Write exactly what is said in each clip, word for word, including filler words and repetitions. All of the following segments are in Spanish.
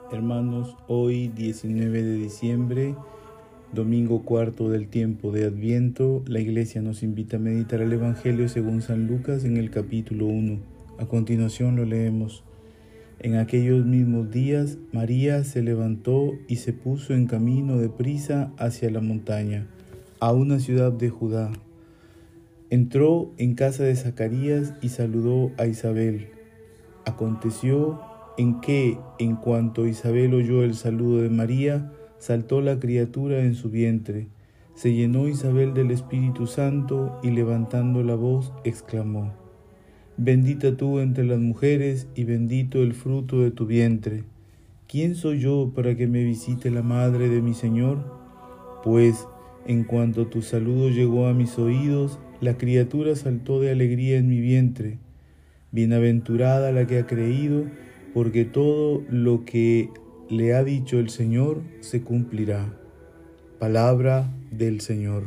Hermanos, hoy diecinueve de diciembre, domingo cuarto del tiempo de Adviento, la Iglesia nos invita a meditar el Evangelio según San Lucas en el capítulo uno. A continuación lo leemos. En aquellos mismos días, María se levantó y se puso en camino de prisa hacia la montaña, a una ciudad de Judá. Entró en casa de Zacarías y saludó a Isabel. Aconteció en que, en cuanto Isabel oyó el saludo de María, saltó la criatura en su vientre. Se llenó Isabel del Espíritu Santo y levantando la voz exclamó: Bendita tú entre las mujeres y bendito el fruto de tu vientre. ¿Quién soy yo para que me visite la madre de mi Señor? Pues, en cuanto tu saludo llegó a mis oídos, la criatura saltó de alegría en mi vientre. Bienaventurada la que ha creído, porque todo lo que le ha dicho el Señor se cumplirá. Palabra del Señor.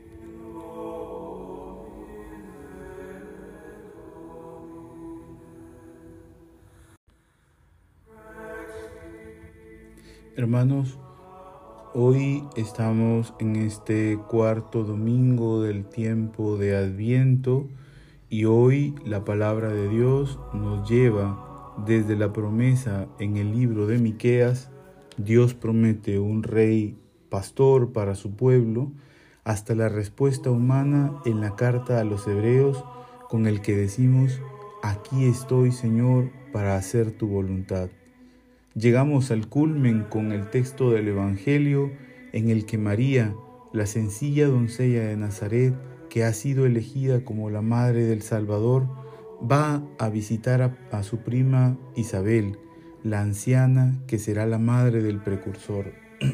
Hermanos, hoy estamos en este cuarto domingo del tiempo de Adviento y hoy la palabra de Dios nos lleva desde la promesa en el libro de Miqueas. Dios promete un rey pastor para su pueblo, hasta la respuesta humana en la carta a los hebreos con el que decimos: aquí estoy, Señor, para hacer tu voluntad. Llegamos al culmen con el texto del Evangelio en el que María, la sencilla doncella de Nazaret, que ha sido elegida como la madre del Salvador, va a visitar a, a su prima Isabel, la anciana que será la madre del precursor.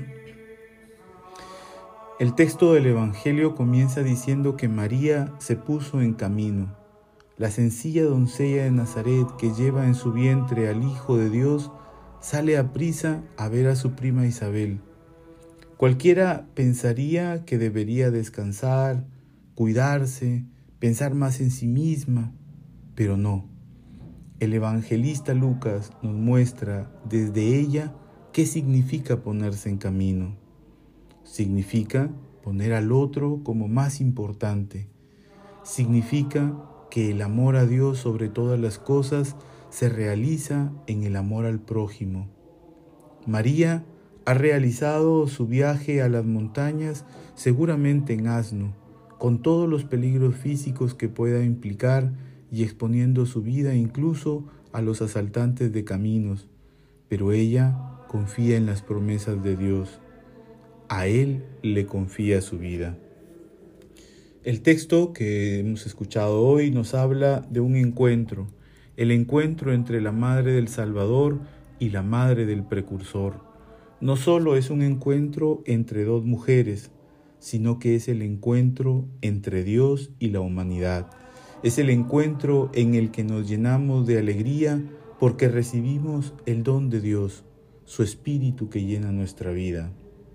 El texto del Evangelio comienza diciendo que María se puso en camino. La sencilla doncella de Nazaret que lleva en su vientre al Hijo de Dios sale a prisa a ver a su prima Isabel. Cualquiera pensaría que debería descansar, cuidarse, pensar más en sí misma, pero no. El evangelista Lucas nos muestra desde ella qué significa ponerse en camino. Significa poner al otro como más importante. Significa que el amor a Dios sobre todas las cosas se realiza en el amor al prójimo. María ha realizado su viaje a las montañas seguramente en asno, con todos los peligros físicos que pueda implicar y exponiendo su vida incluso a los asaltantes de caminos, pero ella confía en las promesas de Dios. A Él le confía su vida. El texto que hemos escuchado hoy nos habla de un encuentro, el encuentro entre la Madre del Salvador y la Madre del Precursor. No solo es un encuentro entre dos mujeres, sino que es el encuentro entre Dios y la humanidad. Es el encuentro en el que nos llenamos de alegría porque recibimos el don de Dios, su Espíritu que llena nuestra vida.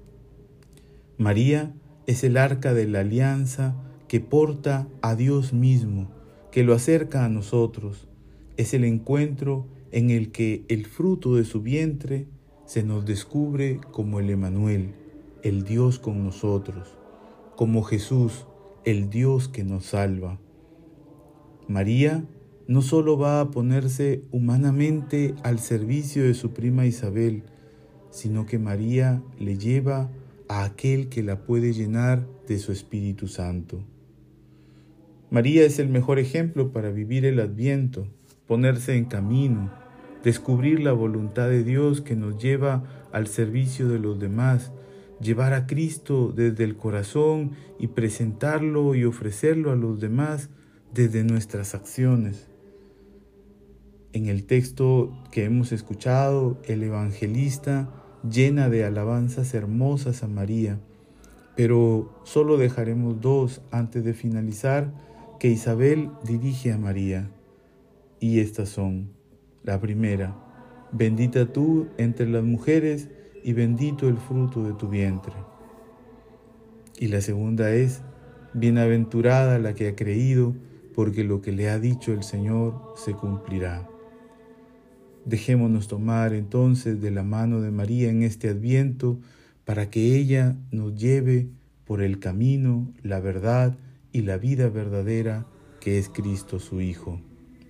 María es el arca de la alianza que porta a Dios mismo, que lo acerca a nosotros. Es el encuentro en el que el fruto de su vientre se nos descubre como el Emmanuel, el Dios con nosotros, como Jesús, el Dios que nos salva. María no solo va a ponerse humanamente al servicio de su prima Isabel, sino que María le lleva a aquel que la puede llenar de su Espíritu Santo. María es el mejor ejemplo para vivir el Adviento, ponerse en camino, descubrir la voluntad de Dios que nos lleva al servicio de los demás, llevar a Cristo desde el corazón y presentarlo y ofrecerlo a los demás desde nuestras acciones. En el texto que hemos escuchado, el evangelista llena de alabanzas hermosas a María, pero solo dejaremos dos antes de finalizar que Isabel dirige a María. Y estas son: la primera, bendita tú entre las mujeres y bendito el fruto de tu vientre. Y la segunda es: bienaventurada la que ha creído, porque lo que le ha dicho el Señor se cumplirá. Dejémonos tomar entonces de la mano de María en este Adviento para que ella nos lleve por el camino, la verdad y la vida verdadera que es Cristo su Hijo.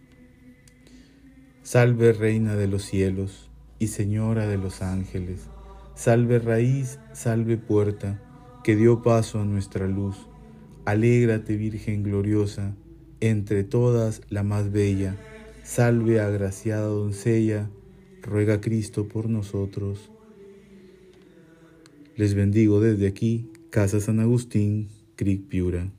Salve Reina de los cielos y Señora de los ángeles, salve raíz, salve puerta, que dio paso a nuestra luz. Alégrate Virgen gloriosa, entre todas la más bella, salve agraciada doncella, ruega Cristo por nosotros. Les bendigo desde aquí, Casa San Agustín, Cric Piura.